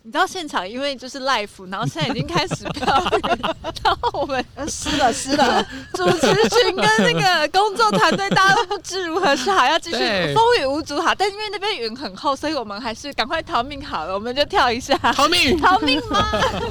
你知道现场因为就是 live， 然后现在已经开始飘雨，然后我们湿了， 主持群跟那个工作团队大家都不知如何是好，要继续风雨无阻好，但因为那边云很厚，所以我们还是赶快逃命好了，我们就跳一下逃命吗？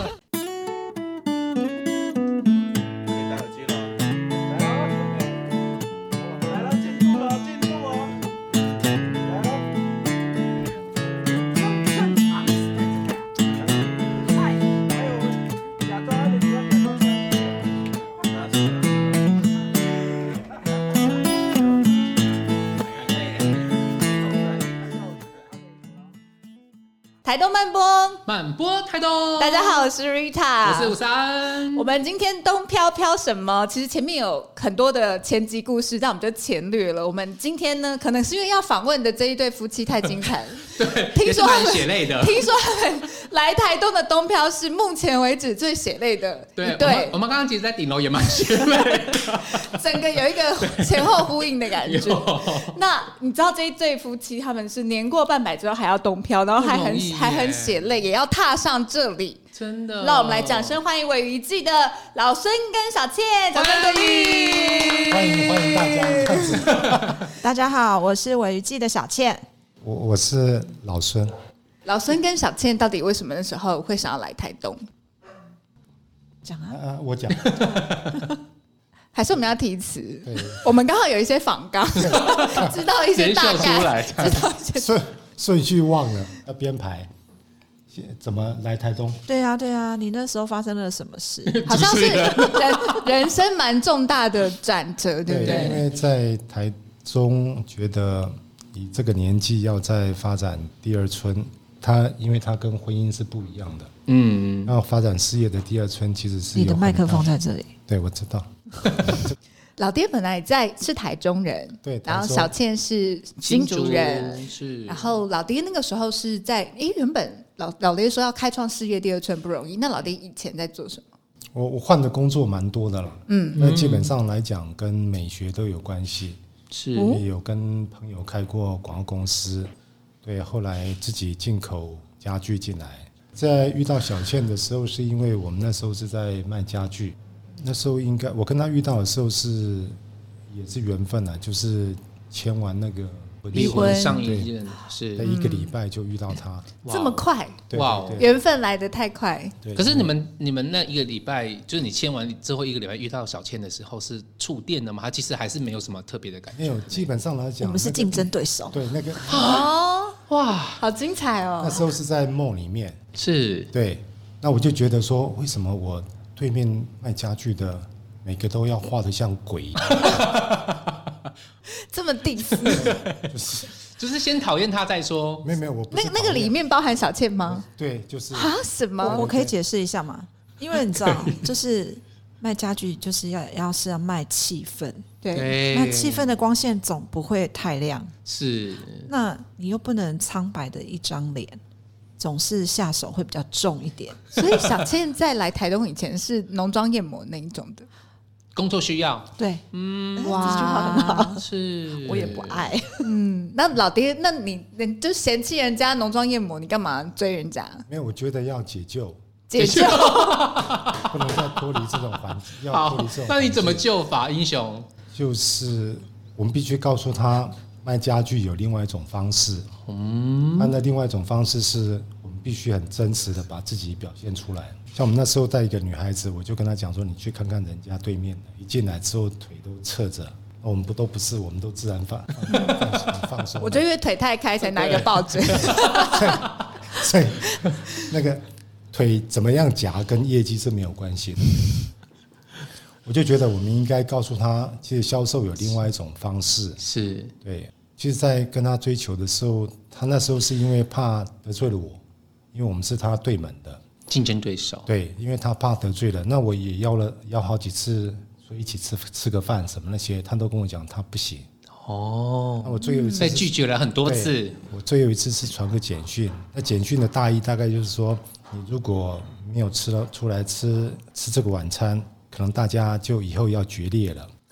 台东慢播台东， 大家好，我是 Rita， 我是53。 我们今天东飘什么？其实前面有很多的前集故事，但我们就前略了。我们今天呢，可能是因为要访问的这一对夫妻太精彩了， 对， 听说他们血泪的， 听说他们来台东的东漂是目前为止最血泪的。 对，我们刚刚其实在顶楼也蛮血泪的， 整个有一个前后呼应的感觉。那你知道这一对夫妻他们是年过半百之后还要东漂，然后还很血泪，也要踏上这里。 真的， 让我们来掌声欢迎尾鱼季的老孙跟小倩，掌声对应，欢迎大家。 大家好，我是尾鱼季的小倩， 我是老孙。 老孙跟小倩到底为什么那时候会想要来台东？ 讲啊， 我讲。 还是我们要提词？我们刚好有一些访纲，知道一些大概，知道一些顺序忘了，要编排。怎么来台东？ 对啊，你那时候发生了什么事？ 好像是人生蛮重大的转折，对不对？ 因为在台中觉得以这个年纪要再发展第二春，因为它跟婚姻是不一样的。然后发展事业的第二春其实是有你的麦克风在这里。 对，我知道。 老爹本来是台中人， 对， 然后小倩是新竹人， 是。 然后老爹那个时候是在原本老爹说要开创事业第二春不容易，那老爹以前在做什么？ 我换的工作蛮多的了，那基本上来讲跟美学都有关系， 是也有跟朋友开过广告公司，对，后来自己进口家具进来。在遇到小倩的时候，是因为我们那时候是在卖家具。那时候应该我跟他遇到的时候也是缘分啊，就是签完那个离婚上一任是在1个礼拜就遇到他， 这么快？ 哇， 缘分来得太快。 可是你们那1个礼拜，就是你签完之后1个礼拜遇到小倩的时候是触电的吗？他其实还是没有什么特别的感觉。 没有，基本上来讲， 我们是竞争对手。 对，那个哇，好精彩哦！ 那时候是在梦里面， 是对。那我就觉得说，为什么我对面卖家具的每个都要画得像鬼一样？ 这么第四， 就是先讨厌他再说。 没有，我不是那个里面包含小倩吗？ 对，就是什么？ 我可以解释一下吗？因为你知道，就是卖家具就是要卖气氛， 对， 那气氛的光线总不会太亮， 是。 那你又不能苍白的一张脸。总是下手会比较重一点， 所以小倩在来台东以前是浓妆艳抹那一种的， 工作需要。 对， 哇， 这句话很好， 是我也不爱。 那老爹，那你就嫌弃人家浓妆艳抹，你干嘛追人家？ 没有，我觉得要解救， 不能再脱离这种环境，要脱离这种环境。 那你怎么救法，英雄？ 就是我们必须告诉他，卖家具有另外一种方式。那另外一种方式是我们必须很真实的把自己表现出来。像我们那时候带一个女孩子，我就跟她讲说，你去看看人家对面的，一进来之后腿都侧着，我们都不是，我们都自然放松。 我就因为腿太开才拿一个抱枕。 所以那个腿怎么样夹跟业绩是没有关系的。我就觉得我们应该告诉他，其实销售有另外一种方式。 是， 对。其实，在跟他追求的时候，他那时候是因为怕得罪了我，因为我们是他对门的竞争对手。 对，因为他怕得罪了，那我也邀好几次，说一起吃个饭什么那些，他都跟我讲他不行。 那我最后一次被拒绝了很多次。 我最后一次是传个简讯，那简讯的大意大概就是说，你如果没有出来吃这个晚餐，可能大家就以后要决裂了。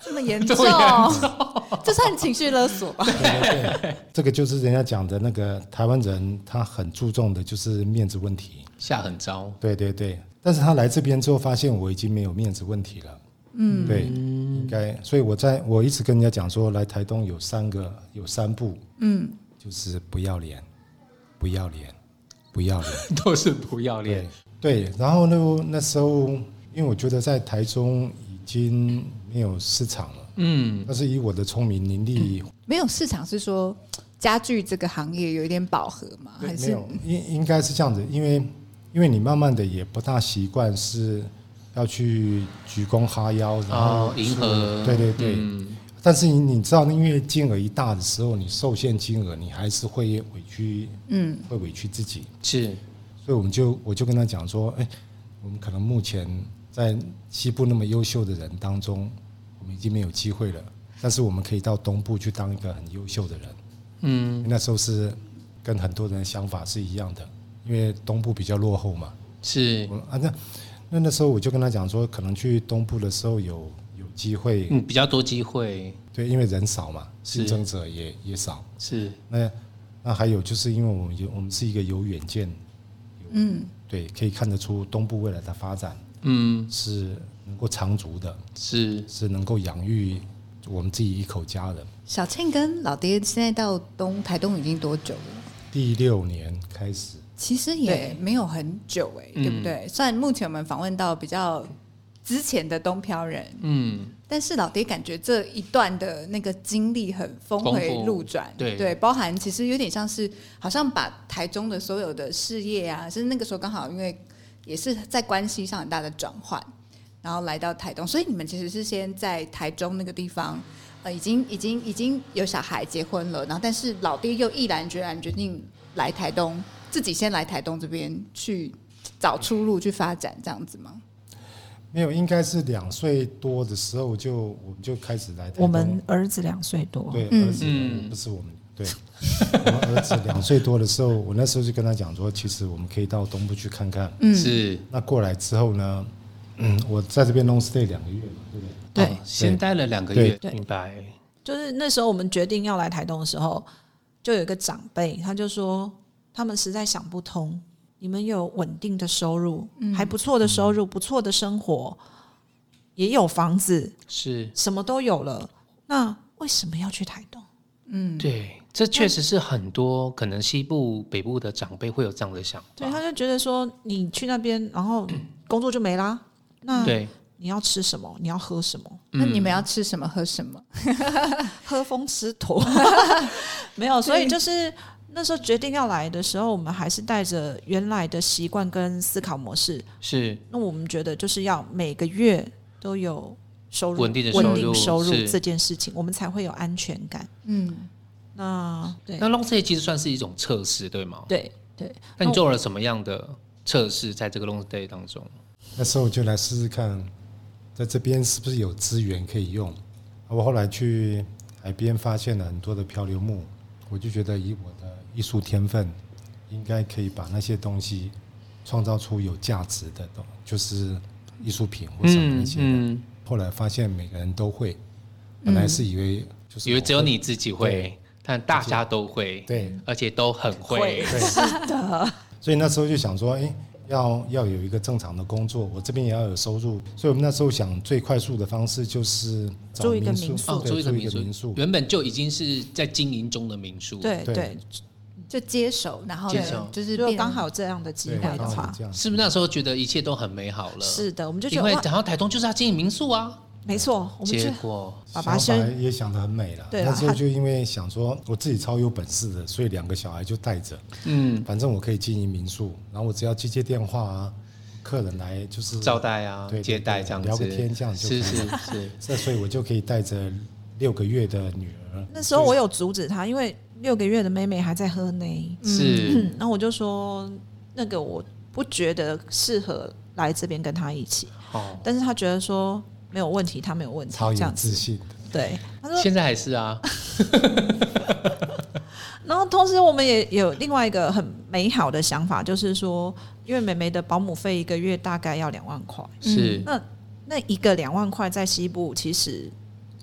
这么严重，这算情绪勒索吧？ 对，这个就是人家讲的那个台湾人，他很注重的就是面子问题， 下很招。 对对对。但是他来这边之后，发现我已经没有面子问题了。对，应该。所以我一直跟人家讲说，来台东有3步，就是不要脸，不要脸，不要脸， 都是不要脸。 对，然后那时候，因为我觉得在台中已经没有市场了，但是以我的聪明伶俐， 没有市场是说家具这个行业有一点饱和吗？还是没有？应该是这样子，因为你慢慢的也不大习惯是要去鞠躬哈腰，然后迎合， 对对对。但是你知道，因为金额一大的时候，你受限金额，你还是会委屈，会委屈自己。 是， 所以我就跟他讲说，我们可能目前在西部那么优秀的人当中，我们已经没有机会了。但是我们可以到东部去当一个很优秀的人。那时候是跟很多人的想法是一样的，因为东部比较落后嘛。 是那时候我就跟他讲说，可能去东部的时候有机会， 比较多机会。 对，因为人少嘛，竞争者也少。 是。 那还有就是因为我们是一个有远见，对，可以看得出东部未来的发展，是能够长足的，是能够养育我们自己一口家的。 小庆跟老爹现在到台东已经多久了？ 第6年开始。 其实也没有很久对不对？虽然目前我们访问到比较之前的东漂人，但是老爹感觉这一段的那个经历很峰回路转，对，包含其实有点像是好像把台中的所有的事业啊，是那个时候刚好因为也是在关系上很大的转换，然后来到台东，所以你们其实是先在台中那个地方，已经有小孩结婚了，然后但是老爹又毅然决然决定来台东，自己先来台东这边去找出路去发展，这样子吗？ 没有，应该是2岁多的时候我们就开始来台东。 我们儿子2岁多， 对，儿子不是我们，对，我们儿子2岁多的时候，我那时候就跟他讲说，其实我们可以到东部去看看。 是。 那过来之后呢，我在这边 long stay 2个月嘛，对不对？ 对，先待了2个月，明白。 就是那时候我们决定要来台东的时候，就有一个长辈，他就说他们实在想不通。你们有稳定的收入，还不错的收入，不错的生活，也有房子， 是什么都有了，那为什么要去台东？ 对，这确实是很多可能西部、北部的长辈会有这样的想法。 对，他就觉得说，你去那边，然后工作就没啦。那对， 你要吃什么？你要喝什么？ 那你们要吃什么？喝什么？ 喝风吃土，没有。所以就是那时候决定要来的时候，我们还是带着原来的习惯跟思考模式。 是。 那我们觉得就是要每个月都有收入， 稳定收入这件事情，我们才会有安全感。那对， 那 long stay 其实算是一种测试，对吗？ 对。 那你做了什么样的测试在这个 long stay 当中？ 那时候我就来试试看，在这边是不是有资源可以用。我后来去海边发现了很多的漂流木，我就觉得以我的艺术天分，应该可以把那些东西创造出有价值的就是艺术品或什么那些的。后来发现每个人都会，本来是以为只有你自己会，但大家都会， 对， 而且都很会， 是的。 所以那时候就想说，要有一个正常的工作，我这边也要有收入，所以我们那时候想最快速的方式就是找民宿， 租一个民宿，原本就已经是在经营中的民宿， 对， 就接手，然后就是刚好这样的机会的话， 是不是那时候觉得一切都很美好了？ 是的，我们就觉得因为讲到台东就是要经营民宿啊。 没错， 结果爸爸也想得很美了。那时候就因为想说我自己超有本事的，所以2个小孩就带着，反正我可以经营民宿，然后我只要接电话啊，客人来就是招待啊，接待这样子， 聊个天这样就可以是，所以我就可以带着6个月的女儿。 那时候我有阻止她，因为6个月的妹妹还在喝奶，然后我就说那个我不觉得适合来这边跟她一起，但是她觉得说。没有问题，他没有问题， 超有自信的。 对，他说现在还是啊。 然后同时我们也有另外一个很美好的想法，就是说，因为妹妹的保姆费1个月大概要2万块， 是那一个2万块在西部其实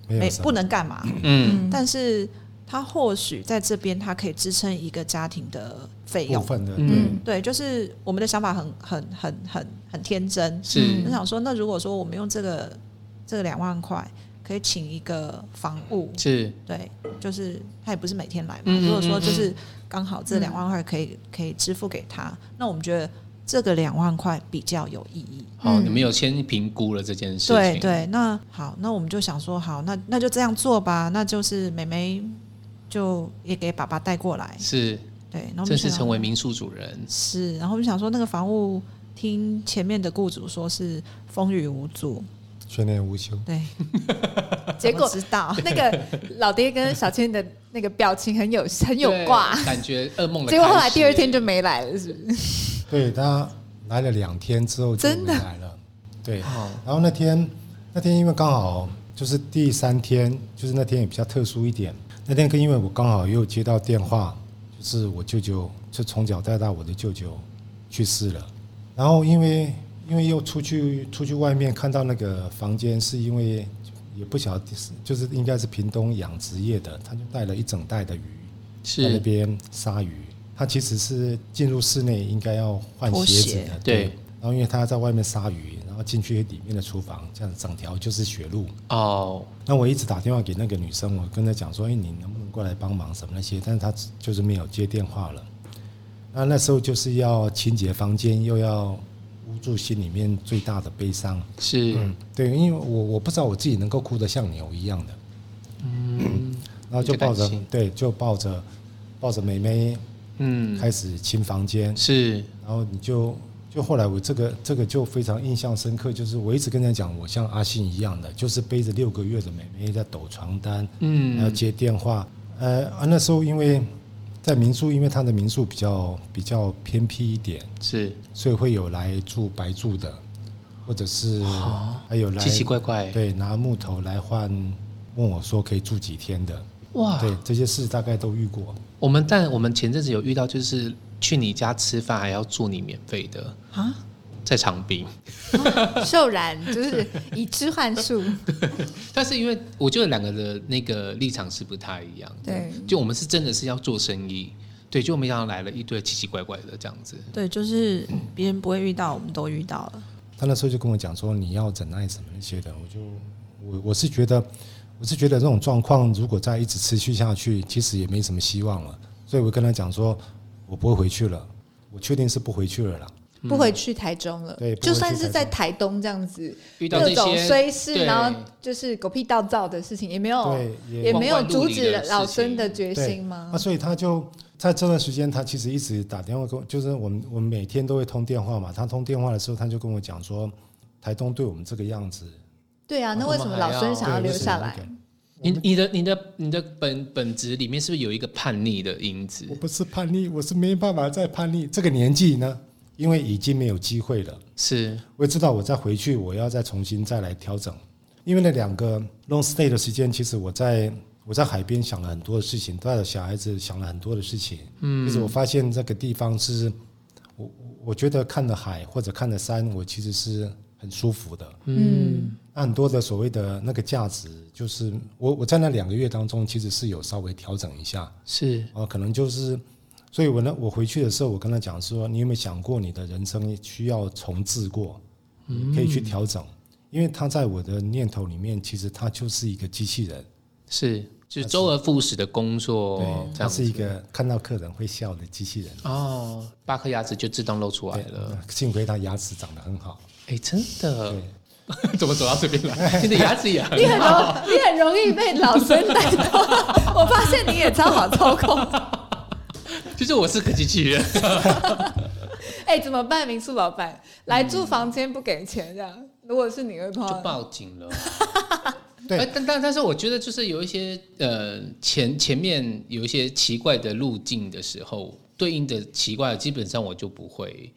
不能干嘛，但是他或许在这边他可以支撑一个家庭的费用部分的， 对，就是我们的想法很天真， 是就想说，那如果说我们用这个2万块可以请一个房务， 是， 对，就是他也不是每天来嘛，如果说就是刚好这2万块可以支付给他，那我们觉得这个2万块比较有意义。 好，你们有先评估了这件事情。 对对，那好，那我们就想说，好，那就这样做吧。那就是妹妹就也给爸爸带过来， 是， 对，然后正式成为民宿主人。 是，然后我们想说，那个房屋听前面的雇主说是风雨无阻， 全年无休。 对， 结果知道那个老爹跟小千的那个表情很有挂， 感觉噩梦的开始。 结果后来第2天就没来了，是不是？ 对，他来了2天之后就没来了。对，然后那天因为刚好就是第3天，就是那天也比较特殊一点。那天因为我刚好又接到电话，就是我舅舅就从小带大我的舅舅去世了。然后因为又出去外面看到那个房间，是因为也不晓得，就是应该是屏东养殖业的，他就带了一整袋的鱼在那边杀鱼。他其实是进入室内应该要换鞋子的，对。然后因为他在外面杀鱼，然后进去里面的厨房，这样整条就是血路。哦。那我一直打电话给那个女生，我跟她讲说，你能不能过来帮忙什么那些，但是她就是没有接电话了。那时候就是要清洁房间，又要捂住心里面最大的悲伤。 是， 对，因为我不知道我自己能够哭得像牛一样的。然后就抱着，对，就抱着妹妹。开始清房间是， 然后你就后来我这个就非常印象深刻，就是我一直跟人家讲，我像阿信一样的，就是背着6个月的妹妹在抖床单，还要接电话，那时候因为在民宿，因为他的民宿比较偏僻一点， 是， 所以会有来住白住的，或者是还有来奇奇怪怪， 对，拿木头来换，问我说可以住几天的，哇，对，这些事大概都遇过。 我们前阵子有遇到，就是去你家吃饭还要住你免费的啊，在长滨， 秀然就是以吃换数。 但是因为我觉得2个的那个立场是不太一样的， 对， 就我们是真的是要做生意，对，就没想到来了一堆奇奇怪怪的这样子。 对，就是别人不会遇到，我们都遇到了。 他那时候就跟我讲说，你要忍耐什么那些的，我是觉得这种状况如果再一直持续下去，其实也没什么希望了。所以我跟他讲说，我不会回去了，我确定是不回去了啦， 不回去台中了。 对， 就算是在台东这样子， 遇到各种虽事，然后就是狗屁倒灶的事情，也没有阻止老孙的决心吗？ 所以他就在这段时间，他其实一直打电话跟我，就是我们每天都会通电话嘛。他通电话的时候，他就跟我讲说，台东对我们这个样子。 对啊，那为什么老孙想要留下来？ 你的本质里面是不是有一个叛逆的因子？ 我不是叛逆，我是没办法再叛逆。这个年纪呢，因为已经没有机会了。 是， 我也知道我再回去，我要再重新再来调整。因为那2个 long stay 的时间，其实我在海边想了很多的事情，带着小孩子想了很多的事情。其实我发现这个地方是，我觉得看了海或者看了山，我其实是很舒服的。那很多的所谓的那个价值，就是我在那2个月当中，其实是有稍微调整一下。 是， 可能就是，所以我回去的时候，我跟他讲说，你有没有想过你的人生需要重置过？可以去调整，因为他在我的念头里面，其实他就是一个机器人。 是。就是周而复始的工作， 对，它是一个看到客人会笑的机器人。 哦，8颗牙齿就自动露出来了。 幸亏他牙齿长得很好。 真的。怎么走到这边来？你的牙齿也很好。你很容易被老孙带动。我发现你也超好操控。 其实我是个机器人。 怎么办？民宿老板来住房间不给钱这样，如果是你会碰到就报警了。对，但是我觉得就是有一些前面有一些奇怪的路径的时候，对应的奇怪的基本上我就不会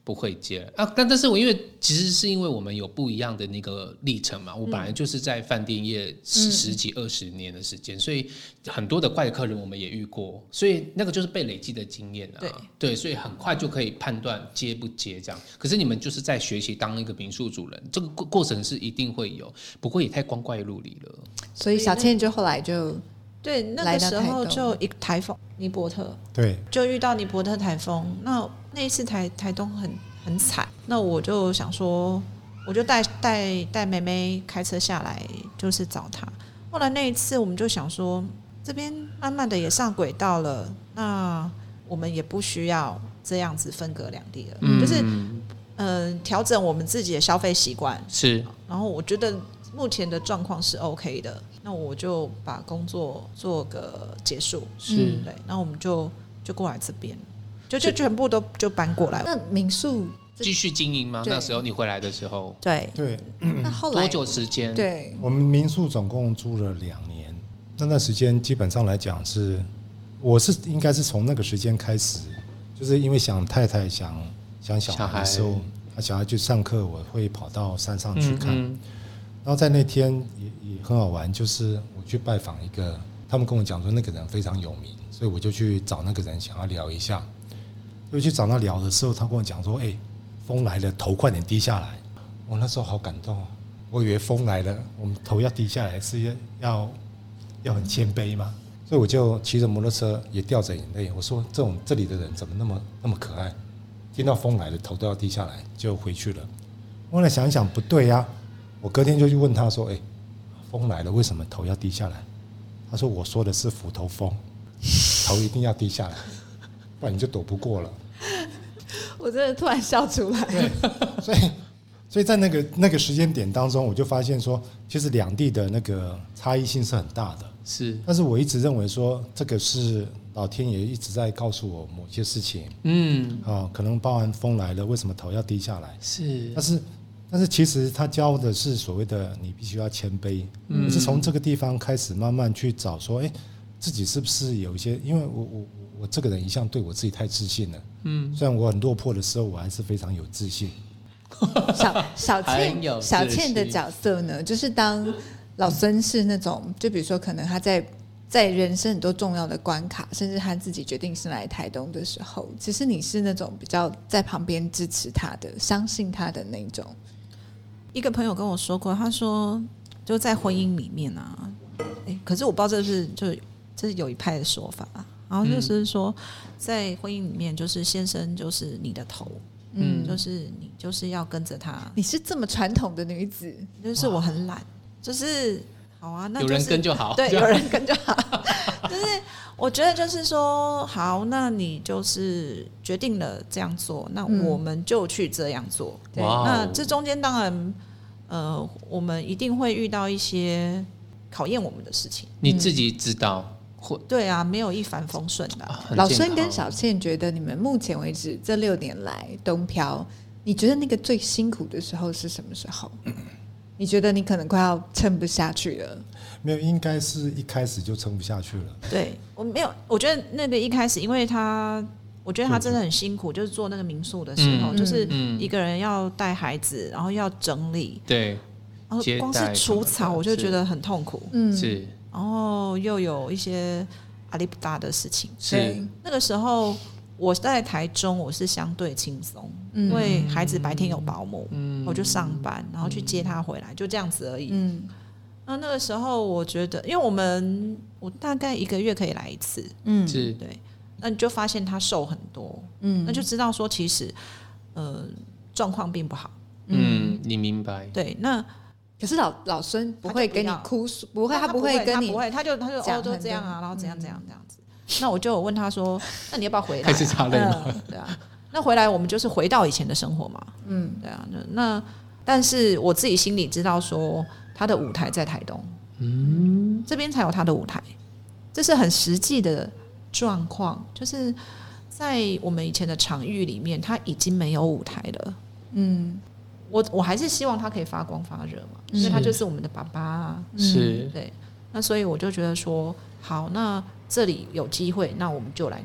不会接了啊。但是我因为其实是因为我们有不一样的那个历程嘛，我本来就是在饭店业十几20年的时间，所以很多的怪客人我们也遇过，所以那个就是被累积的经验啊。对，所以很快就可以判断接不接这样。可是你们就是在学习当一个民宿主人，这个过程是一定会有，不过也太光怪陆离了。 所以小倩就后来就对，那个时候就一个台风尼伯特， 对， 就遇到尼伯特台风。那一次台东很惨，那我就想说，我就带妹妹开车下来，就是找她。后来那一次我们就想说，这边慢慢的也上轨道了，那我们也不需要这样子分隔两地了，就是调整我们自己的消费习惯是。 然后我觉得目前的状况是 OK 的，那我就把工作做个结束， 是对，然后我们就过来这边，就全部都就搬过来。 那民宿继续经营吗？那时候你回来的时候， 对， 那后来多久时间？ 对， 我们民宿总共租了2年，那段时间基本上来讲我是应该是从那个时间开始，就是因为想太太想小孩的时候，小孩去上课，我会跑到山上去看。然后在那天也很好玩，就是我去拜访一个，他们跟我讲说那个人非常有名，所以我就去找那个人想要聊一下。就去找他聊的时候，他跟我讲说：“风来了，头快点低下来。”我那时候好感动哦，我以为风来了，我们头要低下来是要很谦卑嘛，所以我就骑着摩托车也掉着眼泪。我说：“这里的人怎么那么可爱？听到风来了，头都要低下来，就回去了。”后来想一想，不对呀。我隔天就去问他说：“风来了，为什么头要低下来？”他说：“我说的是斧头风，头一定要低下来，不然你就躲不过了。” 我真的突然笑出来。 对，所以在那个时间点当中，我就发现说，其实两地的那个差异性是很大的。 是，但是我一直认为说，这个是老天爷一直在告诉我某些事情。可能包含风来了，为什么头要低下来？ 是， 但是其实他教的是所谓的你必须要谦卑，是从这个地方开始慢慢去找说，自己是不是有一些，因为我这个人一向对我自己太自信了，虽然我很落魄的时候，我还是非常有自信。 小倩的角色呢，就是当老孙是那种，就比如说可能他在人生很多重要的关卡，甚至他自己决定是来台东的时候，其实你是那种比较在旁边支持他的、相信他的那种。 一个朋友跟我说过，他说就在婚姻里面啊，可是我不知道这是有一派的说法啊，然后就是说在婚姻里面，就是先生就是你的头，就是你就是要跟着他。 你是这么传统的女子， 就是我很懒，就是好啊，那就是有人跟就好， 对，有人跟就好。就是我觉得就是说，好，那你就是决定了这样做，那我们就去这样做。对，那这中间当然，我们一定会遇到一些考验我们的事情。 你自己知道， 对啊，没有一帆风顺的。 老孙跟小倩觉得，你们目前为止这6年来东漂，你觉得那个最辛苦的时候是什么时候？你觉得你可能快要撑不下去了？ 没有，应该是一开始就撑不下去了。 对，我没有，我觉得那个一开始，因为我觉得他真的很辛苦，就是做那个民宿的时候，就是一个人要带孩子，然后要整理， 对， 然后光是除草我就觉得很痛苦， 是， 然后又有一些阿里不达的事情， 是那个时候我在台中，我是相对轻松，因为孩子白天有保姆，我就上班，然后去接他回来，就这样子而已。那个时候我觉得，因为我大概1个月可以来一次， 是对，那你就发现他瘦很多，那就知道说其实状况并不好， 你明白？ 对，那可是老孙不会跟你哭诉，不会，他不会跟你， 他不会，他就就这样啊，然后怎样这样子。那我就有问他说：“那你要不要回来？” 开始擦泪吗？ 对啊，那回来我们就是回到以前的生活嘛。对啊，那但是我自己心里知道说，他的舞台在台东，这边才有他的舞台，这是很实际的状况。就是在我们以前的场域里面，他已经没有舞台了。我还是希望他可以发光发热嘛，因为他就是我们的爸爸啊。 是， 对。那所以我就觉得说，好，那这里有机会，那我们就来这里。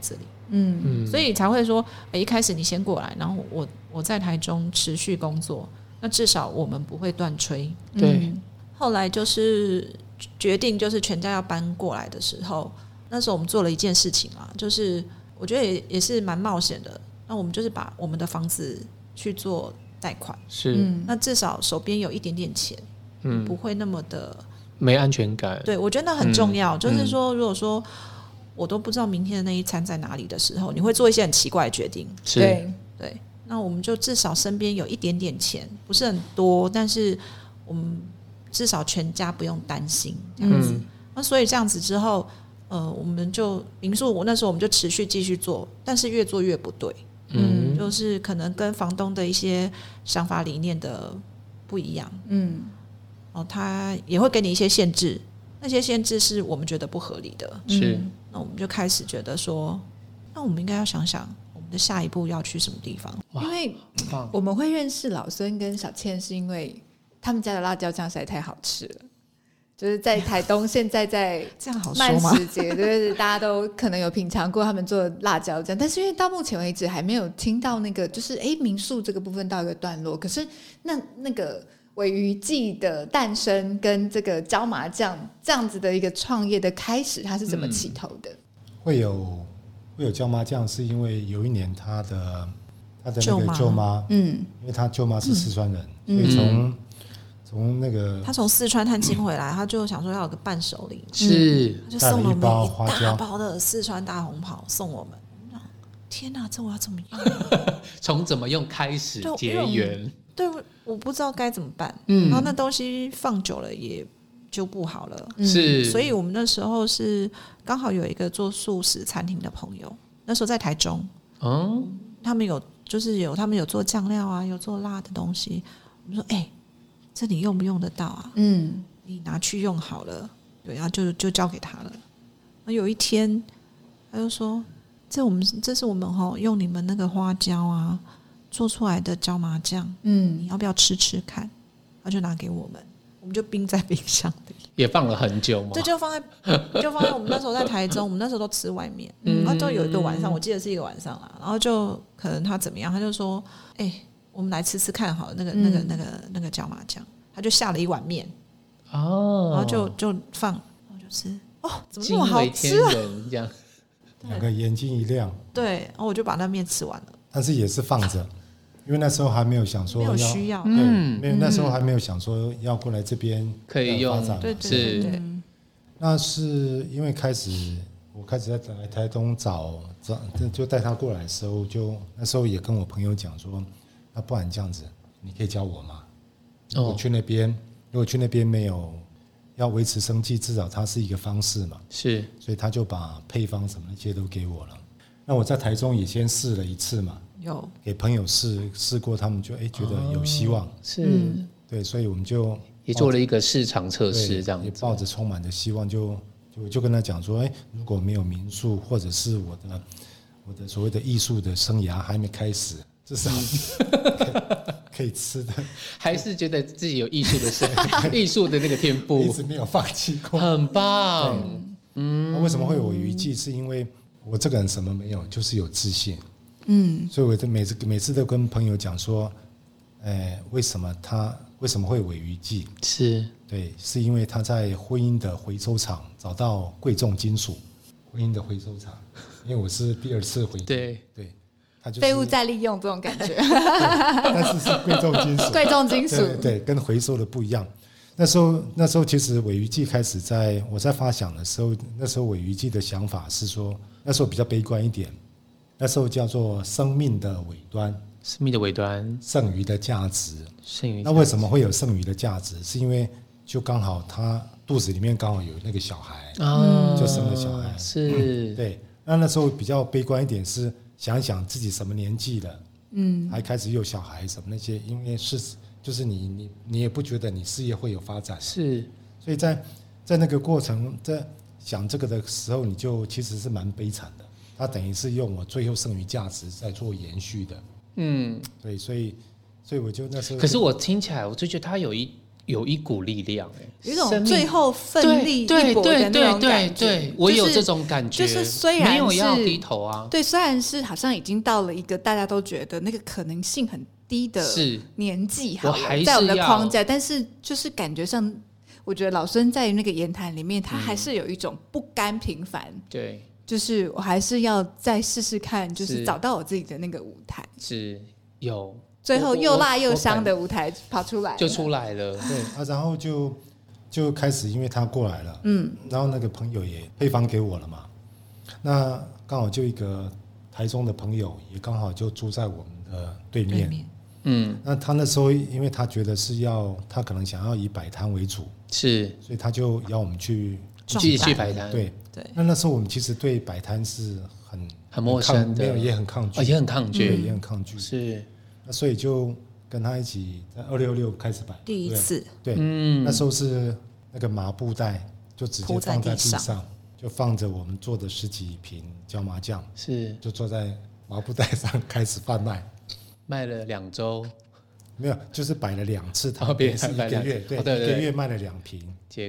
所以才会说，一开始你先过来，然后我在台中持续工作，那至少我们不会断炊。 对， 后来就是决定就是全家要搬过来的时候，那时候我们做了一件事情啊，就是我觉得也是蛮冒险的。那我们就是把我们的房子去做贷款， 是， 那至少手边有一点点钱，不会那么的没安全感。 对，我觉得那很重要。就是说，如果说我都不知道明天的那一餐在哪里的时候，你会做一些很奇怪的决定。 是， 对，那我们就至少身边有一点点钱，不是很多，但是我们至少全家不用担心这样子。那所以这样子之后，我们就民宿，那时候我们就持续继续做，但是越做越不对。就是可能跟房东的一些想法理念的不一样。他也会给你一些限制，那些限制是我们觉得不合理的。 是， 那我们就开始觉得说，那我们应该要想想我们的下一步要去什么地方。 因为我们会认识老孙跟小倩，是因为他们家的辣椒酱实在太好吃了。就是在台东，现在在这样好说慢吗？ 食节，对，大家都可能有品尝过他们做的辣椒酱，但是因为到目前为止还没有听到那个，就是民宿这个部分到一个段落。可是那个鲔鱼记的诞生跟这个椒麻酱这样子的一个创业的开始，它是怎么起头的？ 会有椒麻酱，是因为有一年他的那个舅妈，因为他舅妈是四川人，所以从那个他从四川探亲回来，他就想说要有个伴手礼， 是， 他就送了我们花椒， 一大包的四川大红袍送我们。天哪，这我要怎么用？ 从怎么用开始结缘。 对，我不知道该怎么办。然后那东西放久了也就不好了。 是， 所以我们那时候是刚好有一个做素食餐厅的朋友，那时候在台中，他们有做酱料啊，有做辣的东西。我们说，这你用不用得到啊？你拿去用好了，对，然后就交给他了。然后有一天，他就说：“这是我们用你们那个花椒啊做出来的椒麻酱，你要不要吃吃看？”他就拿给我们，我们就冰在冰箱里， 也放了很久吗？ 对，就放在我们那时候在台中，我们那时候都吃外面，然后就有一个晚上，我记得是一个晚上啦，然后就可能他怎么样，他就说：“我们来吃吃看好了，那个椒麻酱。”他就下了一碗面，然后就放，然后就吃，怎么那么好吃啊？ 这样， 两个眼睛一亮， 对，然后我就把那面吃完了， 但是也是放着，因为那时候还没有想说没有需要， 没有，那时候还没有想说要过来这边可以用， 对。 那是因为我开始在来台东找，就带他过来的时候，那时候也跟我朋友讲说，那不然这样子，你可以教我吗？如果去那边没有要维持生计，至少它是一个方式嘛。 是， 所以他就把配方什么那些都给我了。那我在台中也先试了一次嘛， 有给朋友试过，他们就觉得有希望。 是， 对，所以我们就也做了一个市场测试，这样子， 也抱着充满的希望，就跟他讲说，如果没有民宿，或者是我的所谓的艺术的生涯还没开始，至少可以吃的， 还是觉得自己有艺术的艺术的那个天赋， 一直没有放弃过， 很棒。 为什么会有鲔鱼记？是因为我这个人什么没有，就是有自信。所以我就每次都跟朋友讲说，为什么会鲔鱼记？ 是对，是因为他在婚姻的回收厂找到贵重金属，婚姻的回收厂，因为我是第二次回对。 废物再利用这种感觉， 但是是贵重金属， 贵重金属， 对，跟回收的不一样。那时候其实鲔鱼记开始我在发想的时候，那时候鲔鱼记的想法是说，那时候比较悲观一点，那时候叫做生命的尾端，剩余的价值。那为什么会有剩余的价值？是因为就刚好他肚子里面刚好有那个小孩，就生了小孩， 是， 对。那时候比较悲观一点是。想一想自己什么年纪了，还开始有小孩什么那些，因为就是你也不觉得你事业会有发展， 是， 所以在那个过程，在想这个的时候，你就其实是蛮悲惨的。它等于是用我最后剩余价值在做延续的，对，所以我就那时候， 可是我听起来，我就觉得它有一有一股力量， 有一种最后奋力一搏的那种感觉。 对，我有这种感觉， 就是虽然没有要低头啊， 对，虽然是好像已经到了一个大家都觉得那个可能性很低的年纪，好了，在我们的框架，但是就是感觉上，我觉得老孙在那个言谈里面，他还是有一种不甘平凡， 对， 就是我还是要再试试看，就是找到我自己的那个舞台， 是有。 最后又辣又香的舞台跑出来了， 就出来了。 对啊，然后就开始，因为他过来了，然后那个朋友也配方给我了嘛，那刚好就一个台中的朋友也刚好就住在我们的对面，那他那时候因为他觉得他可能想要以摆摊为主， 是， 所以他就邀我们去摆摊， 对。那时候我们其实对摆摊是很陌生的， 没有也很抗拒， 也很抗拒， 是。那所以就跟他一起在266开始摆第一次， 对，那时候是那个麻布袋就直接放在地上，就放着我们做的10几瓶椒麻酱， 是， 就坐在麻布袋上开始贩卖， 卖了2周， 没有，就是摆了2次摊，是1个月，对，1个月卖了2瓶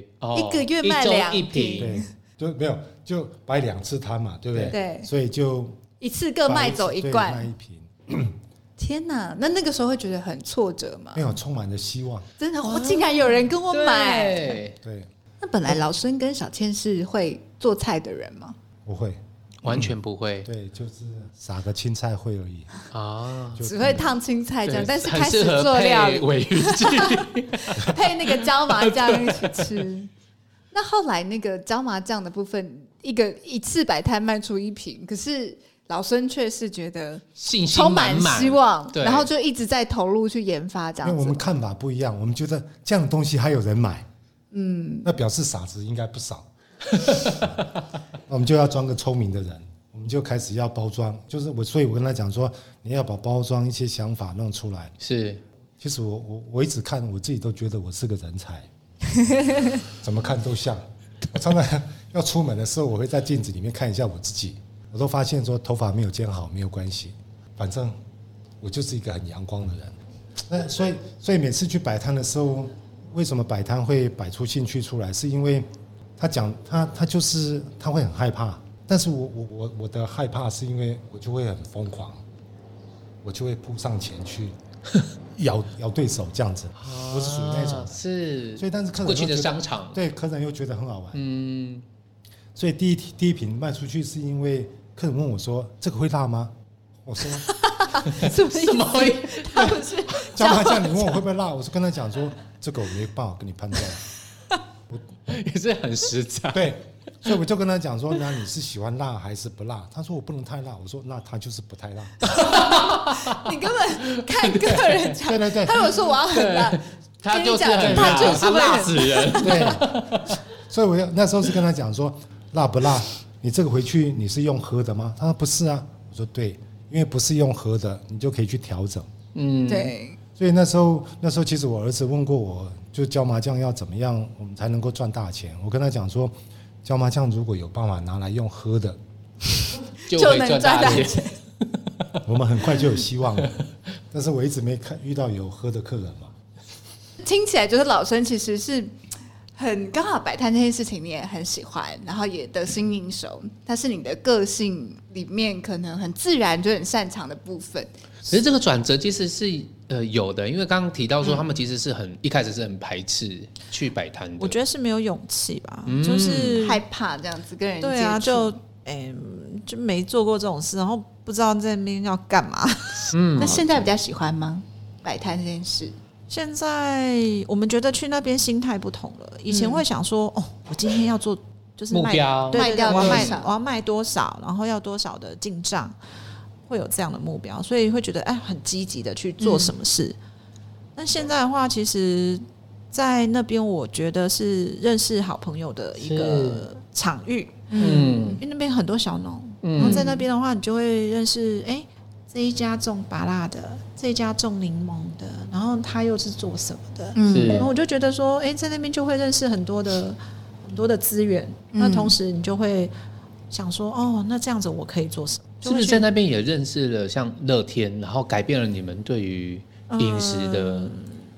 ，1个月卖2瓶， 对，就没有就摆2次摊嘛，对不对？ 对， 所以就一次各卖走1罐， 卖1瓶。 天哪，那个时候会觉得很挫折吗？ 没有，充满了希望。 真的，竟然有人跟我买。 对。 那本来老孙跟小倩是会做菜的人吗？ 不会， 完全不会。 对，就是撒个青菜会而已啊， 只会烫青菜这样，但是开始做料理， 尾鱼鸡配那个椒麻酱一起吃。那后来那个椒麻酱的部分，一次摆摊卖出1瓶，可是老孙却是觉得充满希望，然后就一直在投入去研发这样子。 因为我们看法不一样，我们觉得这样的东西还有人买，那表示傻子应该不少。那我们就要装个聪明的人，我们就开始要包装，所以我跟他讲说，你要把包装一些想法弄出来。 是， 其实我一直看我自己都觉得我是个人才，怎么看都像。我常常要出门的时候，我会在镜子里面看一下我自己。我都发现说头发没有剪好没有关系，反正我就是一个很阳光的人。那所以每次去摆摊的时候，为什么摆摊会摆出兴趣出来？是因为他讲他就是他会很害怕，但是我的害怕是因为我就会很疯狂，我就会扑上前去咬对手这样子，我是属于那种是。 所以但是客人过去的商场， 对客人又觉得很好玩，所以第一瓶卖出去是因为客人问我说：“这个会辣吗？”我说：“ 什么会？他不是椒麻酱，你问我会不会辣？”我是跟他讲说：“这个我没办法跟你判断。” 也是很实在。 对，所以我就跟他讲说：“那你是喜欢辣还是不辣？”他说：“我不能太辣。”我说：“那他就是不太辣。” 你根本看个人讲， 对， 他如果说我要很辣， 他就是很辣，他辣死人。 对，所以我那时候是跟他讲说。辣不辣？你这个回去你是用喝的吗？他说不是啊。我说对，因为不是用喝的，你就可以去调整。 对。 所以那时候其实我儿子问过我，就椒麻酱要怎么样我们才能够赚大钱？我跟他讲说，椒麻酱如果有办法拿来用喝的， 就能赚大钱。 我们很快就有希望了。但是我一直没遇到有喝的客人嘛。 听起来就是老孙其实是。很刚好摆摊这件事情你也很喜欢，然后也得心应手，它是你的个性里面可能很自然就很擅长的部分。 可是这个转折其实是有的，因为刚刚提到说他们其实是一开始是很排斥去摆摊的。 我觉得是没有勇气吧，就是害怕这样子跟人接触。 对啊，就没做过这种事，然后不知道在那边要干嘛。 那现在比较喜欢吗？摆摊这件事？ 现在我们觉得去那边心态不同了，以前会想说，我今天要做就是目标， 卖掉多少， 我要卖多少，然后要多少的进账，会有这样的目标，所以会觉得很积极的去做什么事。那现在的话，其实，在那边我觉得是认识好朋友的一个场域，因为那边很多小农，然后在那边的话，你就会认识这一家种芭乐的，这一家种柠檬的，然后他又是做什么的，然后我就觉得说，在那边就会认识很多的资源，那同时你就会想说，那这样子我可以做什么？ 是不是在那边也认识了像乐天，然后改变了你们对于饮食的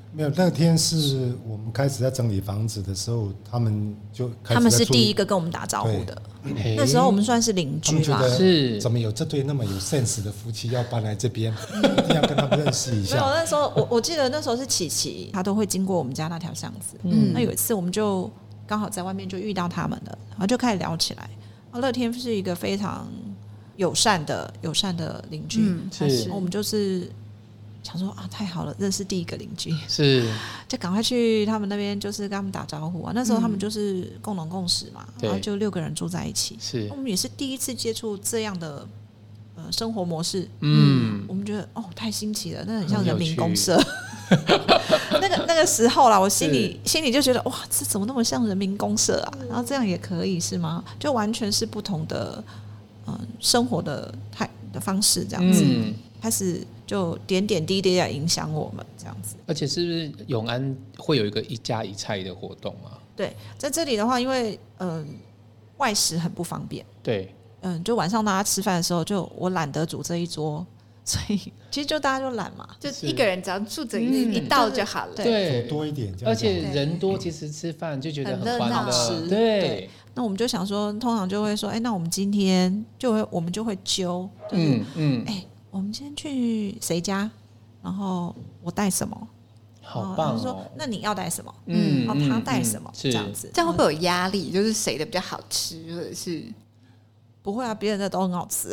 没有，那天是我们开始在整理房子的时候，他们就开始他们是在注意第一个跟我们打招呼的。 嘿那时候我们算是邻居啦他们觉得是怎么有这对那么有 sense 的夫妻要搬来这边，一定要跟他们认识一没有， 下。 那时候我记得那时候是琪琪，他都会经过我们家那条巷子。那有一次我们就刚好在外面就遇到他们了，然后就开始聊起来。乐天是一个非常友善的邻居， 是我们就是想说啊，太好了，认识第一个邻居， 是， 就赶快去他们那边，就是跟他们打招呼啊。那时候他们就是共农共识嘛，然后就6个人住在一起。 是我们也是第一次接触这样的生活模式，我们觉得哦太新奇了，那很像人民公社。那个时候啦，我心里就觉得哇，这怎么那么像人民公社啊？然后这样也可以是吗？就完全是不同的生活的方式这样子。开始就点点滴滴的影响我们这样子。 而且是不是永安会有一个1家1菜的活动啊？ 对，在这里的话，因为外食很不方便， 对， 就晚上大家吃饭的时候，就我懒得煮这一桌，所以其实就大家就懒嘛， 就一个人只要住着一道就好了。 对， 多一点这样， 而且人多，其实吃饭就觉得很欢很乐。 对，那我们就想说，通常就会说，那我们今天我们就会揪，就是我们今天去谁家，然后我带什么， 好棒就说那你要带什么， 然后他带什么，这样子， 这样会不会有压力？就是谁的比较好吃，或者是不会啊，别人的都很好吃。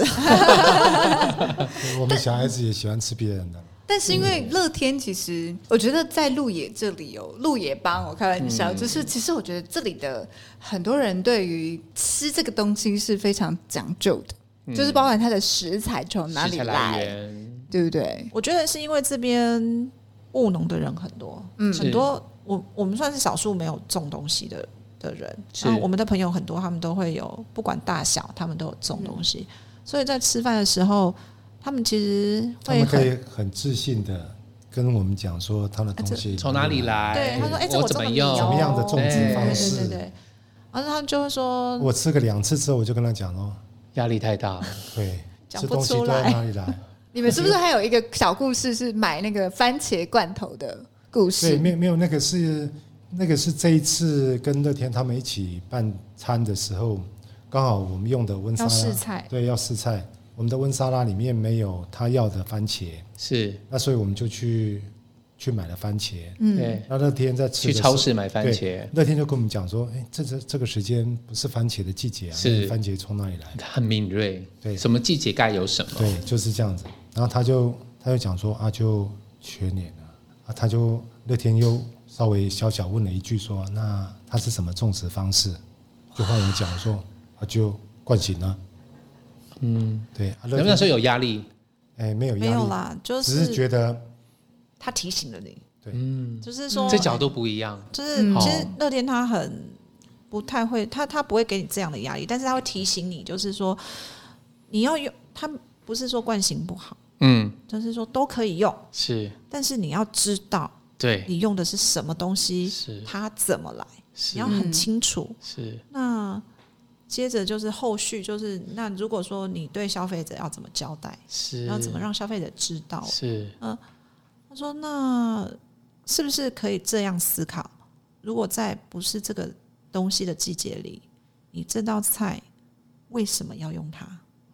我们小孩子也喜欢吃别人的。 但是因为乐天，其实我觉得在鹿野这里有鹿野帮，我开玩笑，就是其实我觉得这里的很多人对于吃这个东西是非常讲究的，就是包含它的食材从哪里来，对不对？ 我觉得是因为这边务农的人很多，很多我们算是少数没有种东西的人，然后我们的朋友很多，他们都会有，不管大小，他们都有种东西，所以在吃饭的时候。他们其实会可以很自信的跟我们讲说他的东西从哪里来， 对，他说这我怎么用， 怎么样的种植方式， 对，然后他就会说， 我吃个2次之后，我就跟他讲哦， 压力太大了， 对， 讲吃东西都在哪里来？ 你们是不是还有一个小故事是买那个番茄罐头的故事？ 对，没有那个是这一次跟乐天他们一起办餐的时候，刚好我们用的温沙拉要试菜， 对，要试菜。我们的温沙拉里面没有他要的番茄， 是， 那所以我们就去买了番茄。 对， 那乐天在吃去超市买番茄， 乐天就跟我们讲说，这个时间不是番茄的季节啊， 是番茄从哪里来？ 很敏锐， 对， 什么季节该有什么， 对，就是这样子。然后他就讲说啊，就全年了啊，乐天又稍微小问了一句说，那他是什么种植方式？就换我讲说，就惯性啊。对。 那时候有压力？ 没有压力， 没有啦，只是觉得他提醒了你， 对， 就是说这角度不一样， 就是其实乐天他很不太会，他不会给你这样的压力，但是他会提醒你，就是说你要用，他不是说惯性不好，就是说都可以用， 是， 但是你要知道， 对， 你用的是什么东西，它怎么来，你要很清楚， 是。 那接着就是后续，就是那如果说你对消费者要怎么交代， 是要怎么让消费者知道， 是， 他说那是不是可以这样思考？如果在不是这个东西的季节里，你这道菜为什么要用它？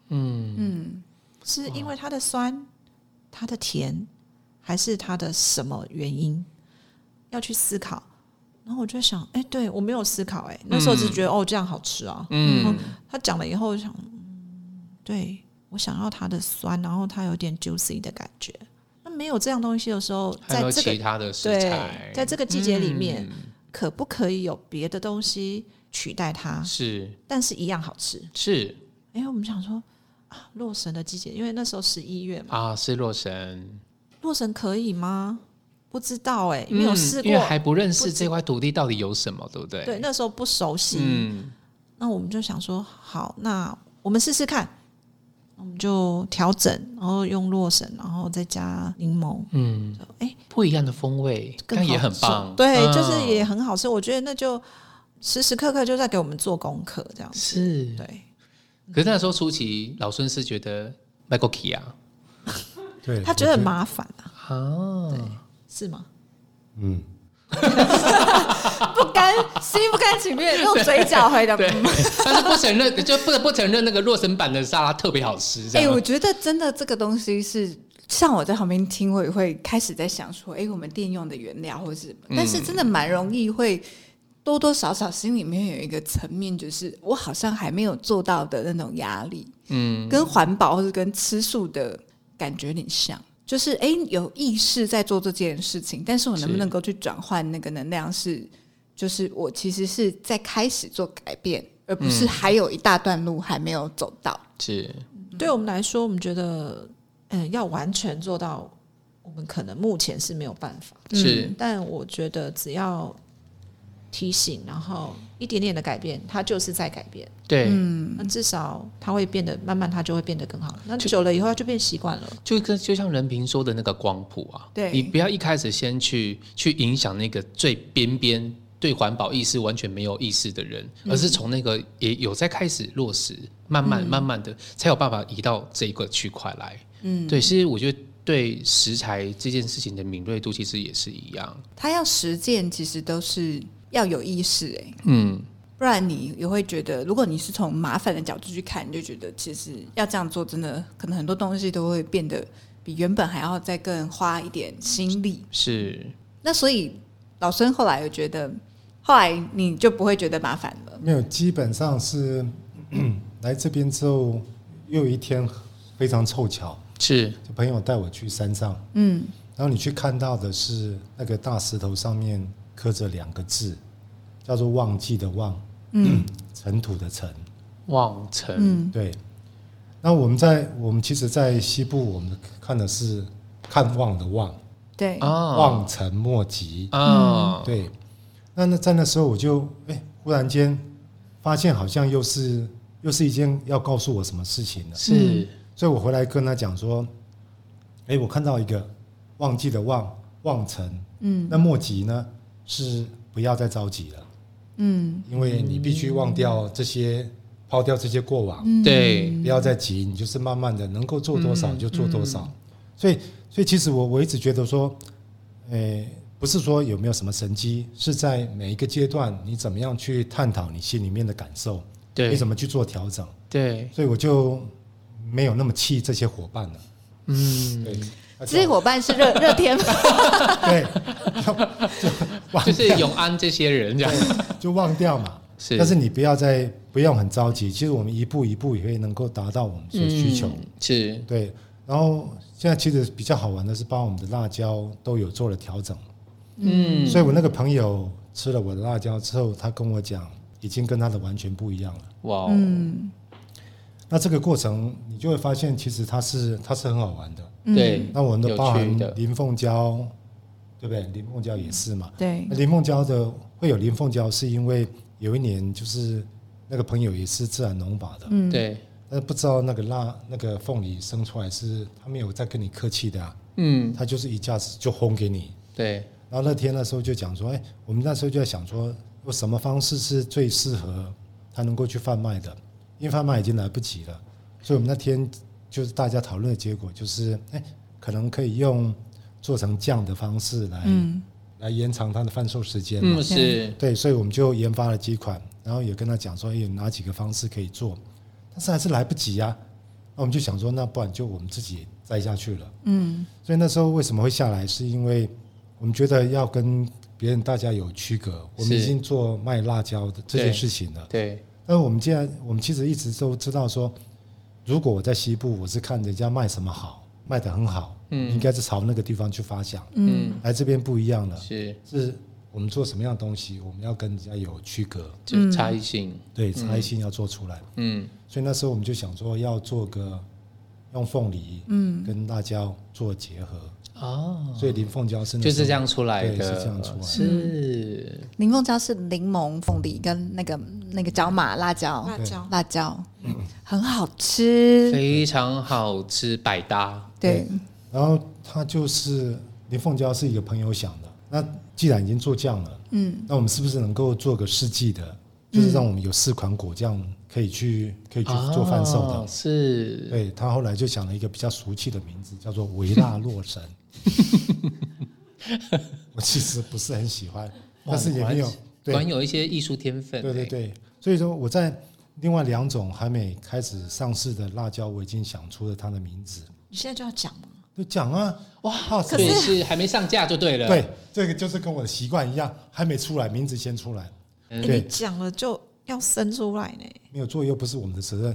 是因为它的酸、它的甜，还是它的什么原因？要去思考。然后我就想，对我没有思考，那时候只是觉得这样好吃啊。他讲了以后，我想，对我想要它的酸，然后它有点 juicy 的感觉。那没有这样东西的时候，在这个其他的食材， 在这个季节里面，可不可以有别的东西取代它？ 是， 但是一样好吃。 是， 我们想说洛神的季节，因为那时候11月嘛。 是洛神。 洛神可以吗？不知道没有试过， 因为还不认识这块土地到底有什么，对不对？ 对，那时候不熟悉。那我们就想说，好，那我们试试看。我们就调整，然后用洛神，然后再加柠檬。 不一样的风味，但也很棒。 对，就是也很好吃。我觉得那就时时刻刻就在给我们做功课，这样子。 是， 对。 可是那时候初期，老孙是觉得卖过 key 啊， 对， 他觉得很麻烦啊。 对。是吗？ 心不甘情愿，用嘴角回的。 但是不承认，就不得不承认那个洛神版的沙拉特别好吃。 我觉得真的这个东西是，像我在旁边听，我也会开始在想说，我们店用的原料或是什么，但是真的蛮容易会多多少少心里面有一个层面，就是我好像还没有做到的那种压力，跟环保或是跟吃素的感觉有点像。就是有意识在做这件事情，但是我能不能够去转换那个能量是，就是我其实是在开始做改变，而不是还有一大段路还没有走到。 是， 对我们来说，我们觉得要完全做到，我们可能目前是没有办法。 是， 但我觉得只要提醒，然后一点点的改变，它就是在改变。 对， 那至少它会变得慢慢，它就会变得更好。那久了以后，它就变习惯了。 就像任平说的那个光谱啊， 对， 你不要一开始先去影响那个最边边对环保意识完全没有意识的人，而是从那个也有在开始落实，慢慢的才有办法移到这一个区块来。对，其实我觉得对食材这件事情的敏锐度其实也是一样， 它要实践其实都是要有意识不然你也会觉得，如果你是从麻烦的角度去看，你就觉得其实要这样做，真的可能很多东西都会变得比原本还要再更花一点心力。 是， 那所以老孙后来有觉得，后来你就不会觉得麻烦了？ 没有，基本上是来这边之后，又有一天非常凑巧， 是就朋友带我去山上，然后你去看到的是那个大石头上面刻着2个字，叫做忘记的忘，尘土的尘， 望尘， 对。那我们其实，在西部，我们看的是看望的望， 对， 望尘莫及对。那在那时候，我就忽然间发现，好像又是一件要告诉我什么事情了。 是， 所以我回来跟他讲说，我看到一个忘记的忘尘，那莫及呢是不要再着急了。因为你必须忘掉这些，抛掉这些过往， 对， 不要再急，你就是慢慢的能够做多少就做多少。所以其实我一直觉得说，不是说有没有什么神机，是在每一个阶段你怎么样去探讨你心里面的感受， 对， 你怎么去做调整， 对， 所以我就没有那么气这些伙伴了。对。 这些伙伴是热天吗？ 对， 就是永安这些人这样， 就忘掉嘛。是，但是你不用很着急。其实我们一步一步也会能够达到我们所需求。 是， 对。然后现在其实比较好玩的是，把我们的辣椒都有做了调整。所以我那个朋友吃了我的辣椒之后，他跟我讲，已经跟他的完全不一样了。 哇， 那这个过程你就会发现，其实它是很好玩的。 对， 那我们都包含林凤椒，对不对？林凤椒也是嘛。 对， 林凤椒会有林凤椒，是因为有一年就是那个朋友也是自然农法的， 对， 但是不知道那个凤梨生出来是他没有在跟你客气的啊，他就是一下子就轰给你。 对， 然后那时候就讲说，我们那时候就在想说，用什么方式是最适合他能够去贩卖的，因为贩卖已经来不及了，所以我们那天就是大家讨论的结果就是，可能可以用做成酱的方式来延长它的贩售时间嘛。 是， 对，所以我们就研发了几款，然后也跟他讲说，有哪几个方式可以做，但是还是来不及啊。那我们就想说，那不然就我们自己栽下去了。所以那时候为什么会下来，是因为我们觉得要跟别人大家有区隔，我们已经做卖辣椒的这件事情了。 对。 但我们其实一直都知道说，如果我在西部，我是看人家卖什么好，卖得很好，应该是朝那个地方去发想。来这边不一样了，是我们做什么样的东西，我们要跟人家有区隔， 就差异性。 对，差异性要做出来。所以那时候我们就想说，要做个用凤梨，跟辣椒做结合。所以林凤椒就是这样出来的， 对，是这样出来的。 是林凤椒是柠檬、凤梨跟那个角马辣椒，很好吃， 非常好吃，百搭。 对， 然后它就是林凤椒是一个朋友想的，那既然已经做酱了，那我们是不是能够做个4季的，就是让我们有4款果酱可以去做贩售的。 是， 对，他后来就想了一个比较俗气的名字，叫做微辣洛神。我其实不是很喜欢，但是也没有果然有一些艺术天分。 对对对，所以说我在另外2种还没开始上市的辣椒，我已经想出了它的名字。 你现在就要讲吗？ 就讲啊， 哇，所以是还没上架就对了。 对，这个就是跟我的习惯一样，还没出来，名字先出来。 你讲了就要生出来呢， 没有做又不是我们的责任。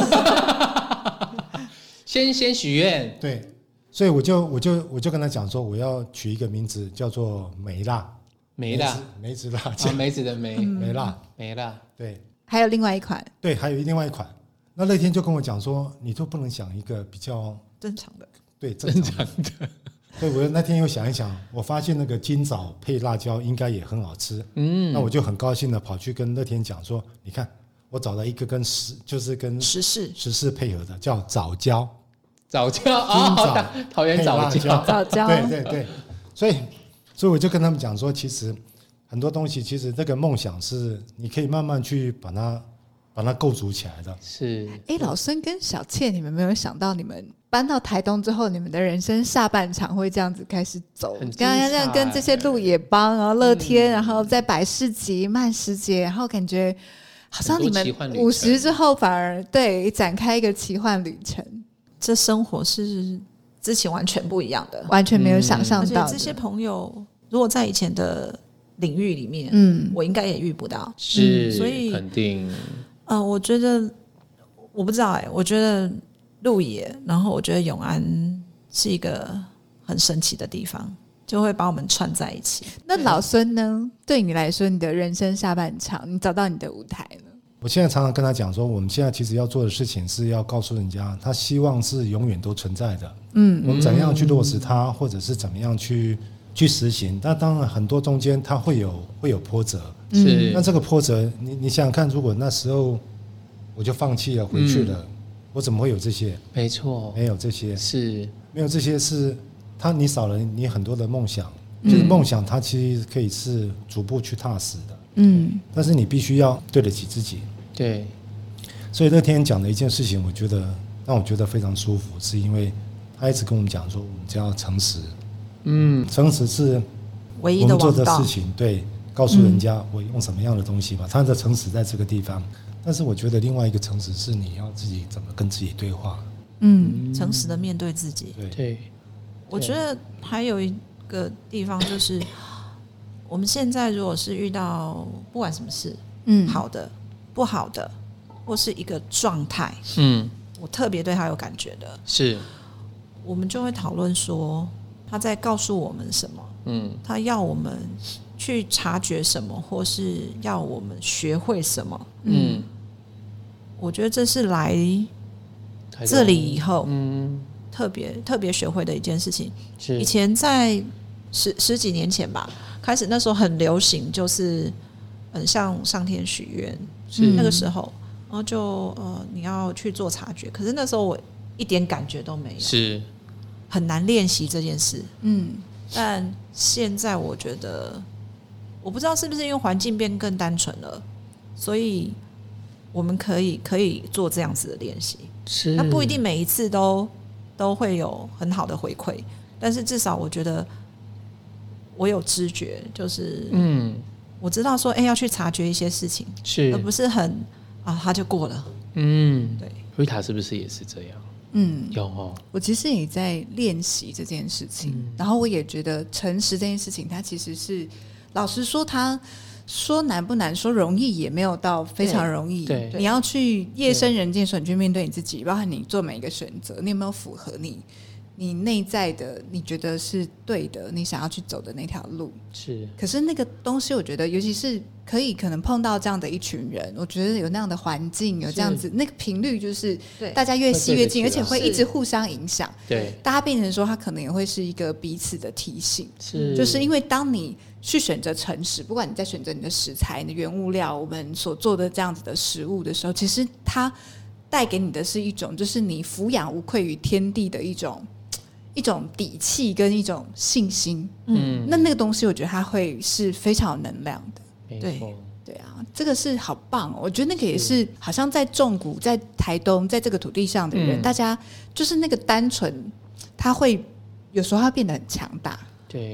先许愿。 对，所以我就跟他讲说，我要取一个名字叫做梅辣。梅子辣椒， 梅子的梅， 梅辣，对。 还有另外一款， 对，还有另外一款。那天就跟我讲说，你就不能想一个比较正常的， 对，正常的。所以我那天又想一想，我发现那个金枣配辣椒应该也很好吃。那我就很高兴的跑去跟乐天讲说，你看我找到一个跟时事配合的，叫枣椒。 枣椒啊，桃园枣椒， 枣椒， 对。所以我就跟他们讲说，其实很多东西，其实这个梦想是你可以慢慢去把它构筑起来的。 是。 老孙跟小倩，你们没有想到，你们搬到台东之后，你们的人生下半场会这样子开始走，刚刚这样跟这些鹿野帮，然后乐天，然后在百事集、慢食节，然后感觉好像你们50之后反而对展开一个奇幻旅程。 这生活是之前完全不一样的， 完全没有想象到的。 而且这些朋友如果在以前的领域里面，我应该也遇不到。 是， 所以肯定。 我觉得我不知道我觉得鹿野，然后我觉得永安是一个很神奇的地方，就会把我们串在一起。 那老孙呢？对你来说，你的人生下半场，你找到你的舞台了。 我现在常常跟他讲说，我们现在其实要做的事情是要告诉人家，他希望是永远都存在的。我们怎样去落实它，或者是怎么样去实行。那当然很多中间它会有波折。 是。 那这个波折，你想想看，如果那时候我就放弃了，回去了，我怎么会有这些？ 没错， 没有这些， 是没有这些是你少了你很多的梦想。就是梦想，它其实可以是逐步去踏实的。但是你必须要对得起自己。 对， 所以那天讲的一件事情，让我觉得非常舒服，是因为他一直跟我们讲说，我们只要诚实。诚实是唯一的王道。 我们做的事情，对，告诉人家我用什么样的东西吧。他的诚实在这个地方，但是我觉得另外一个诚实是你要自己怎么跟自己对话。 诚实的面对自己。 对， 我觉得还有一个地方就是，我们现在如果是遇到不管什么事，好的、不好的，或是一个状态，我特别对他有感觉的， 是， 我们就会讨论说他在告诉我们什么，他要我们去察觉什么，或是要我们学会什么，我觉得这是来这里以后，特别学会的一件事情。以前在十几年前吧，开始那时候很流行，就是向上天许愿，那个时候，然后就你要去做察觉，可是那时候我一点感觉都没有， 是很难练习这件事。但现在我觉得，我不知道是不是因为环境变更单纯了，所以我们可以做这样子的练习。 是， 那不一定每一次都会有很好的回馈，但是至少我觉得我有知觉，就是我知道说要去察觉一些事情， 是， 而不是很他就过了。对 ，Rita 是不是也是这样？有哦。 我其实也在练习这件事情，然后我也觉得诚实这件事情，它其实是老实说，它说难不难，说容易也没有到非常容易。 对， 你要去夜深人静的时候，你去面对你自己，包括你做每一个选择，你有没有符合你内在的，你觉得是对的，你想要去走的那条路。 是。 可是那个东西，我觉得，尤其是可能碰到这样的一群人，我觉得有那样的环境，有这样子那个频率，就是大家越细越近，而且会一直互相影响。 对， 大家变成说，它可能也会是一个彼此的提醒。 是， 就是因为当你去选择诚实，不管你在选择你的食材、你的原物料，我们所做的这样子的食物的时候，其实它带给你的是一种，就是你俯仰无愧于天地的一种底气跟一种信心。那个东西我觉得它会是非常有能量的。对啊，这个是好棒哦。我觉得那个也是好像在纵谷，在台东，在这个土地上的人，大家就是那个单纯，他会有时候他变得很强大。 对，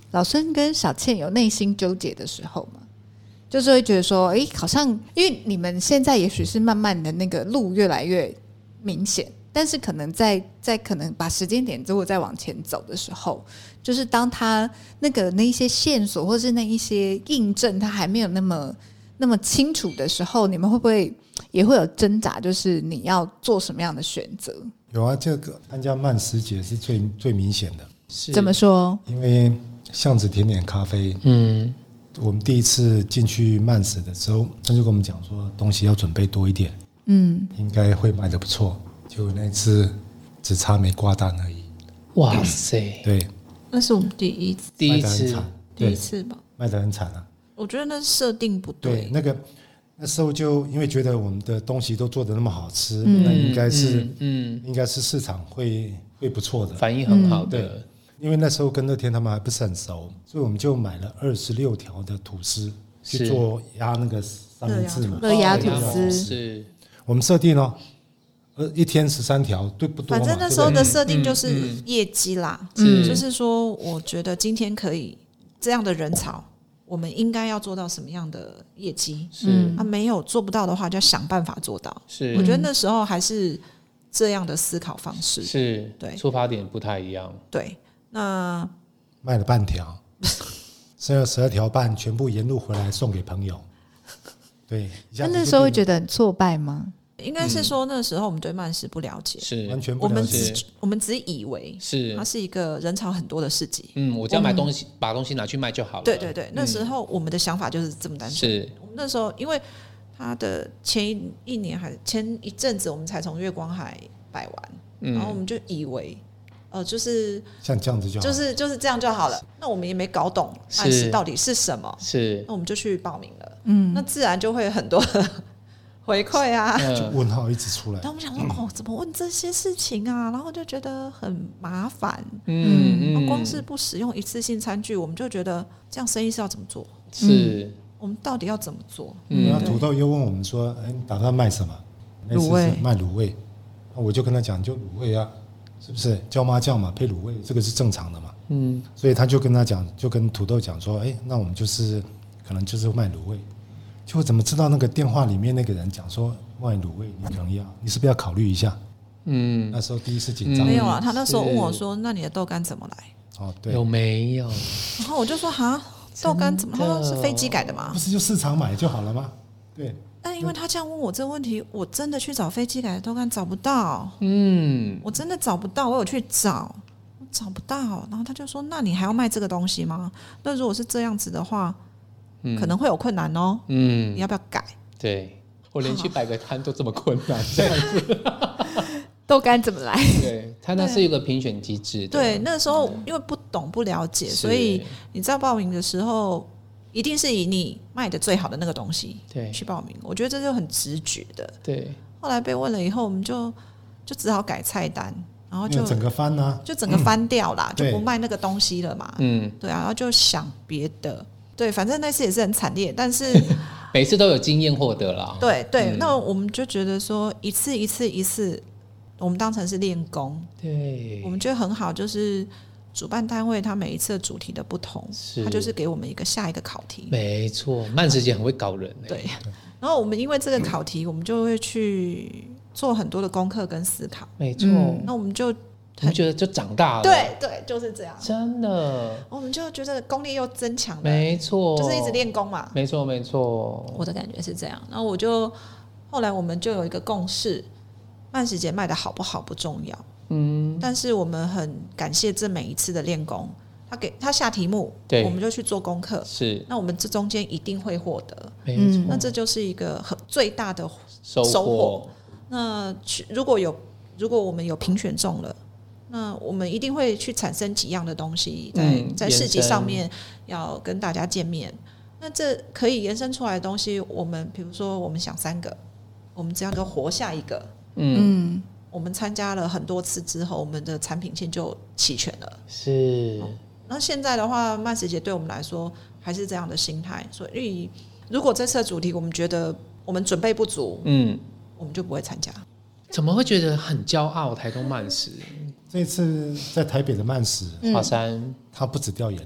老孙跟小倩有内心纠结的时候吗？就是会觉得说，好像因为你们现在也许是慢慢的那个路越来越明显，但是可能在可能把时间点如果再往前走的时候，就是当他那一些线索或是那一些印证他还没有那么清楚的时候，你们会不会也会有挣扎？就是你要做什么样的选择？ 有啊，这个参加慢食节是最明显的。 怎么说？ 因为巷子甜点咖啡，我们第一次进去慢食的时候，他就跟我们讲说，东西要准备多一点，应该会卖得不错。就那次只差没挂单而已。 哇塞！ 对， 那是我们第一次吧， 卖得很惨啊。 我觉得那设定不对。 对，那时候就因为觉得我们的东西都做得那么好吃，那应该是市场会不错的， 反应很好的。 因为那时候跟乐天他们还不是很熟，所以我们就买了26条的吐司去做压那个三明治嘛。 热压吐司是我们设定一天13条，对不多嘛？ 反正那时候的设定就是业绩啦，就是说，我觉得今天可以这样的人潮，我们应该要做到什么样的业绩？没有做不到的话，就要想办法做到。我觉得那时候还是这样的思考方式， 是对出发点不太一样。 对，那卖了半条，剩下12条半全部沿路回来送给朋友。对， 那时候会觉得很挫败吗？ 应该是说那时候我们对慢食不了解， 是完全不了解。 我们只以为它是一个人潮很多的市集。 我只要买东西，把东西拿去卖就好了。 对对对，那时候我们的想法就是这么单纯。 是我们那时候因为它的前一年还前一阵子我们才从月光海摆完，然后我们就以为就是像这样子就好， 就是这样就好了。那我们也没搞懂慢食到底是什么，那我们就去报名了。那自然就会很多回馈啊， 就问号一直出来。 然后我们想说，怎么问这些事情啊？然后就觉得很麻烦。光是不使用一次性餐具，我们就觉得这样生意是要怎么做？ 是， 我们到底要怎么做？ 然后土豆又问我们说：“你打算卖什么？” 卤味， 卖卤味。我就跟他讲，就卤味啊，是不是叫妈叫嘛，配卤味，这个是正常的嘛。所以他就跟他讲，就跟土豆讲说：“那我们可能就是卖卤味。”就怎么知道那个电话里面那个人讲说卖卤味，你可能你是不是要考虑一下？那时候第一次紧张。 没有啊，他那时候问我说：“那你的豆干怎么来？” 对， 有没有？ 然后我就说：“哈，豆干怎么？他说是飞机改的吗？ 不是就市场买就好了吗？”对。 但因为他这样问我这个问题，我真的去找飞机改的豆干找不到。我真的找不到，我有去找，我找不到。然后他就说：“那你还要卖这个东西吗？那如果是这样子的话。”可能会有困难哦。你要不要改？ 对，我连去摆个摊都这么困难，这样子， 豆干怎么来？ 对，他那是一个评选机制。 对，那时候因为不懂不了解，所以你在报名的时候，一定是以你卖的最好的那个东西去报名。我觉得这就很直觉的。 对。 后来被问了以后，我们就只好改菜单，然后就整个翻啊， 就整个翻掉啦，就不卖那个东西了嘛。对啊，然后就想别的。对，反正那次也是很惨烈，但是每次都有经验获得啦。 对对，那我们就觉得说一次，我们当成是练功。 对， 我们觉得很好，就是主办单位他每一次的主题的不同，他就是给我们下一个考题。 没错，慢食节很会搞人。 对，然后我们因为这个考题，我们就会去做很多的功课跟思考。 没错， 那我们就。 我们觉得就长大了， 对对，就是这样， 真的， 我们就觉得功力又增强了， 没错， 就是一直练功嘛， 没错没错， 我的感觉是这样。然后后来我们就有一个共识，慢食节卖的好不好不重要，但是我们很感谢这每一次的练功，他下题目，我们就去做功课， 是， 那我们这中间一定会获得， 没错， 那这就是一个最大的收获。 那如果我们有评选中了。那我们一定会去产生几样的东西，在市集上面要跟大家见面。那这可以延伸出来的东西，我们比如说我们想3个，我们只要能活下一个，我们参加了很多次之后，我们的产品线就齐全了。 是。 那现在的话，慢食节对我们来说还是这样的心态，所以如果这次的主题我们觉得我们准备不足，我们就不会参加。 怎么会觉得很骄傲？台东慢食。 这次在台北的慢食华山， 他不止掉眼泪，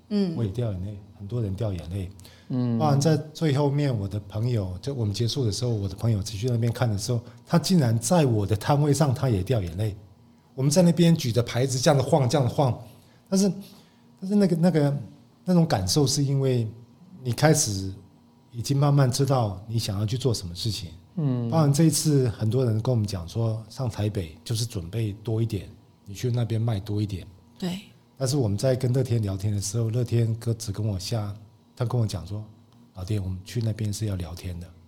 我也掉眼泪，很多人掉眼泪。包含在最后面，我的朋友就我们结束的时候，我的朋友去那边看的时候，他竟然在我的摊位上，他也掉眼泪。我们在那边举着牌子这样的晃，这样的晃，但是那种感受，是因为你开始已经慢慢知道你想要去做什么事情。包含这一次，很多人跟我们讲说，上台北就是准备多一点，你去那边卖多一点。 对。 但是我们在跟乐天聊天的时候，乐天哥只跟我他跟我讲说，老爹，我们去那边是要聊天的。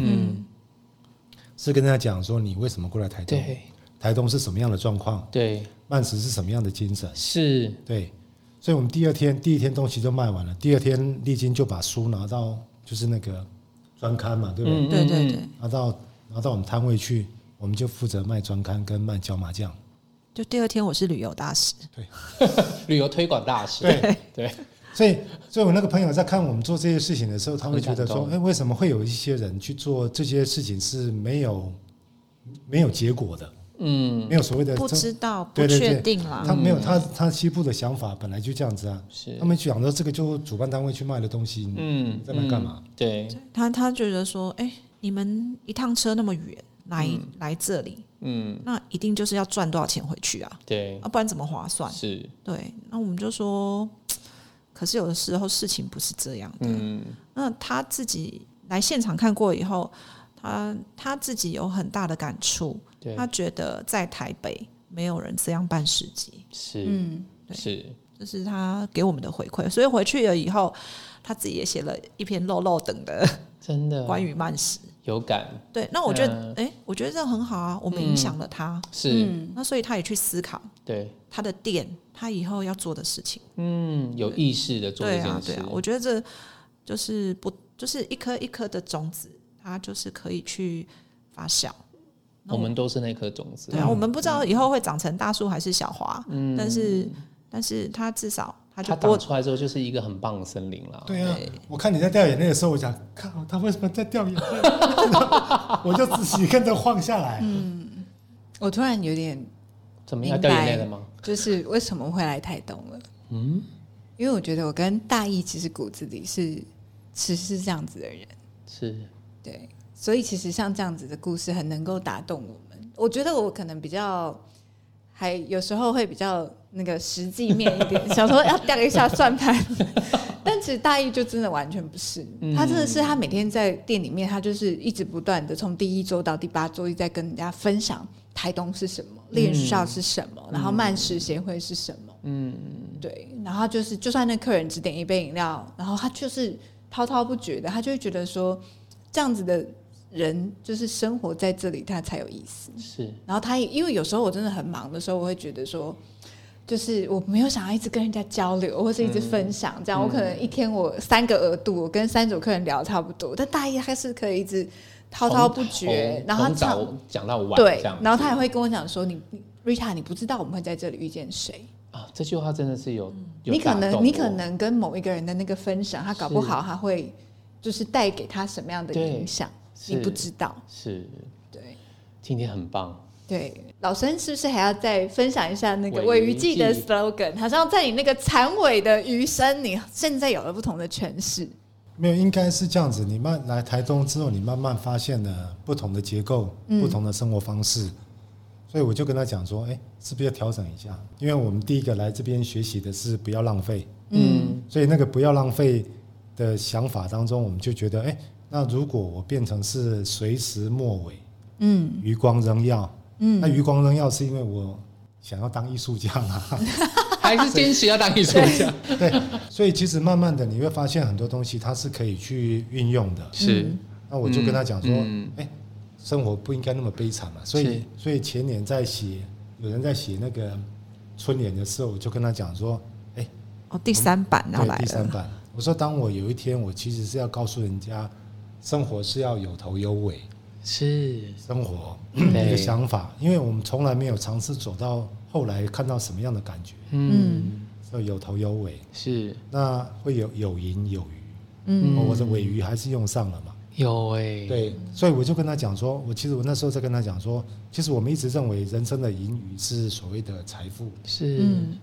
是跟他讲说，你为什么过来台东？ 对， 台东是什么样的状况？ 对， 慢食是什么样的精神？ 是， 对。所以我们第一天东西就卖完了，第二天丽晶就把书拿到就是那个专刊嘛，对不对？ 对对对， 拿到我们摊位去，我们就负责卖专刊跟卖椒麻酱。 就第二天我是旅游大使， 对， 旅游推广大使，对。 所以我那个朋友在看我们做这些事情的时候，他会觉得说，为什么会有一些人去做这些事情是没有结果的？没有所谓的不知道、 不确定啦。 他没有他西部的想法本来就这样子啊。 是他们讲说这个就主办单位去卖的东西，在那干嘛？ 对， 他觉得说，你们一趟车那么远来这里，那一定就是要赚多少钱回去啊？ 对， 不然怎么划算？ 是， 对。那我们就说，可是有的时候事情不是这样的。那他自己来现场看过以后，他自己有很大的感触。他觉得在台北没有人这样办市集， 是， 这是他给我们的回馈。所以回去了以后，他自己也写了一篇漏等的， 真的关于慢食， 有感。 对，那我觉得，我觉得这很好啊，我们影响了他， 是， 那所以他也去思考， 对他的店，他以后要做的事情， 有意识的做这件事。 对啊，我觉得这就是就是一颗一颗的种子，它就是可以去发酵。 我们都是那颗种子。 对啊，我们不知道以后会长成大树还是小花，但是它至少它长出来之后就是一个很棒的森林了。 对啊，我看你在掉眼泪的时候，我想，靠，他为什么在掉眼泪？我就仔细跟着晃下来。 我突然有点怎么样掉眼泪了吗？ 就是为什么会来台东了？因为我觉得我跟大义其实骨子里是这样子的人， 是对。所以其实像这样子的故事很能够打动我们。我觉得我可能比较还有时候会比较那个实际面一点，想说要掉一下算盘。但其实大义就真的完全不是，他真的是他每天在店里面，他就是一直不断的从第1周到第8周一直在跟人家分享台东是什么，猎人校是什么，然后慢食协会是什么。对，然后就是就算那客人只点一杯饮料，然后他就是滔滔不绝的，他就会觉得说这样子的人就是生活在这里他才有意思。 是， 然后他也因为有时候我真的很忙的时候，我会觉得说就是我没有想要一直跟人家交流或是一直分享这样，我可能一天我3个额度我跟3组客人聊差不多，但大一还是可以一直滔滔不绝，然后他早讲到晚， 对，然后他也会跟我讲说你 Rita 你不知道我们会在这里遇见谁啊，这句话真的是有你可能跟某一个人的那个分享，他搞不好他会就是带给他什么样的影响你不知道。 是， 对， 今天很棒。 对，老生是不是还要再分享一下那个尾鱼季的 slogan？ 好像在你那个残尾的鱼生，你现在有了不同的诠释。 没有，应该是这样子。你来台东之后，你慢慢发现了不同的结构、不同的生活方式，所以我就跟他讲说，是不是要调整一下？因为我们第一个来这边学习的是不要浪费，所以那个不要浪费的想法当中，我们就觉得，那如果我变成是随时末尾，余光仍耀，那余光仍耀是因为我想要当艺术家嘛， 还是坚持要当艺术家？ 对，所以其实慢慢的你会发现很多东西它是可以去运用的。 是， 那我就跟他讲说，生活不应该那么悲惨嘛，所以前年有人在写那个春联的时候，我就跟他讲说， 第3版要来了。 第3版，我说当我有一天我其实是要告诉人家，生活是要有头有尾， 是生活一个想法，因为我们从来没有尝试走到后来看到什么样的感觉，要有头有尾， 是， 那会有盈有余，我的尾鱼还是用上了嘛。 有对，所以我就跟他讲说，我那时候在跟他讲说，其实我们一直认为人生的盈余是所谓的财富， 是，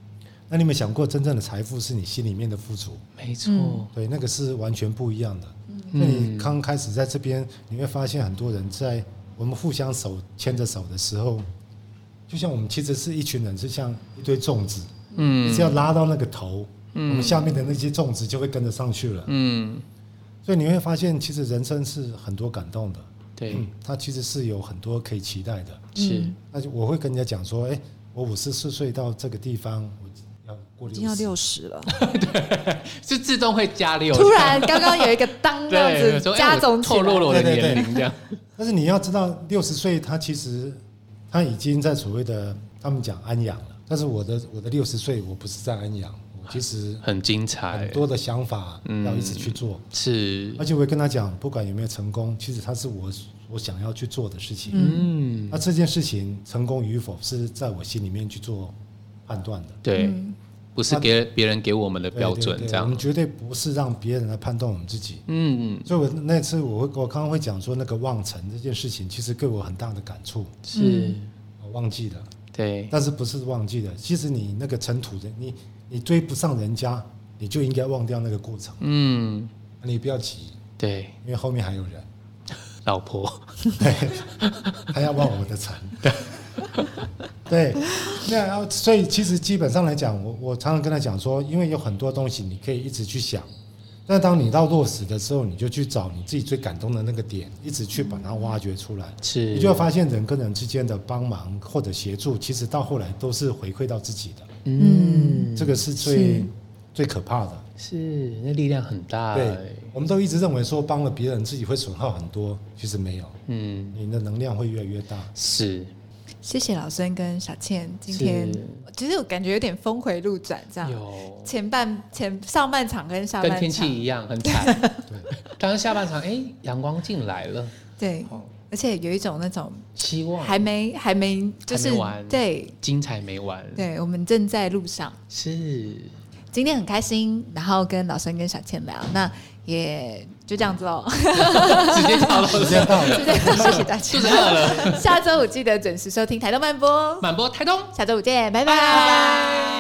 那你有没有想过，真正的财富是你心里面的富足？ 没错， 对，那个是完全不一样的。那你刚开始在这边，你会发现很多人在我们互相牵着手的时候，就像我们其实是一群人，是像一堆粽子，你只要拉到那个头，我们下面的那些粽子就会跟着上去了。所以你会发现，其实人生是很多感动的。 对， 它其实是有很多可以期待的。 是， 那就我会跟人家讲说，我54岁到这个地方，我要过60， 已经要60了， 对，是自动会加6。 突然刚刚有一个当这样子加总起来， 透露了我的年龄这样。 但是你要知道，60岁他其实他已经在所谓的他们讲安养了，但是我的60岁，我不是在安养，我其实很精彩， 很多的想法要一直去做。 是， 而且我会跟他讲，不管有没有成功，其实他是我想要去做的事情。那这件事情成功与否是在我心里面去做判断的。 对，不是别人给我们的标准，这样。 我们绝对不是让别人来判断我们自己。所以我那次我刚刚会讲说那个望尘这件事情，其实给我很大的感触。 是， 我忘记了。 对， 但是不是忘记了？其实你那个尘土的，你追不上人家，你就应该忘掉那个过程。你不要急。 对， 因为后面还有人。 老婆， 对，他要忘我的尘。对，那所以其实基本上来讲，我常常跟他讲说，因为有很多东西你可以一直去想，但当你到落实的时候，你就去找你自己最感动的那个点，一直去把它挖掘出来。 是， 你就会发现人跟人之间的帮忙或者协助，其实到后来都是回馈到自己的。这个是最可怕的。 是，那力量很大。 对，我们都一直认为说帮了别人自己会损耗很多，其实没有。你的能量会越来越大。 是， 谢谢老孙跟小倩，今天其实我感觉有点峰回路转，这样。上半场跟下半场跟天气一样很惨。对，刚刚下半场，阳光进来了。 对，而且有一种那种希望， 还没，就是完，对，精彩没完。 对，我们正在路上。 是。 今天很开心，然后跟老孙跟小倩聊，那也就这样子哦。 时间到了， 时间到了， 谢谢大家。 肚子饿了， 下周五记得准时收听台东慢播， 慢播台东， 下周五见，拜拜。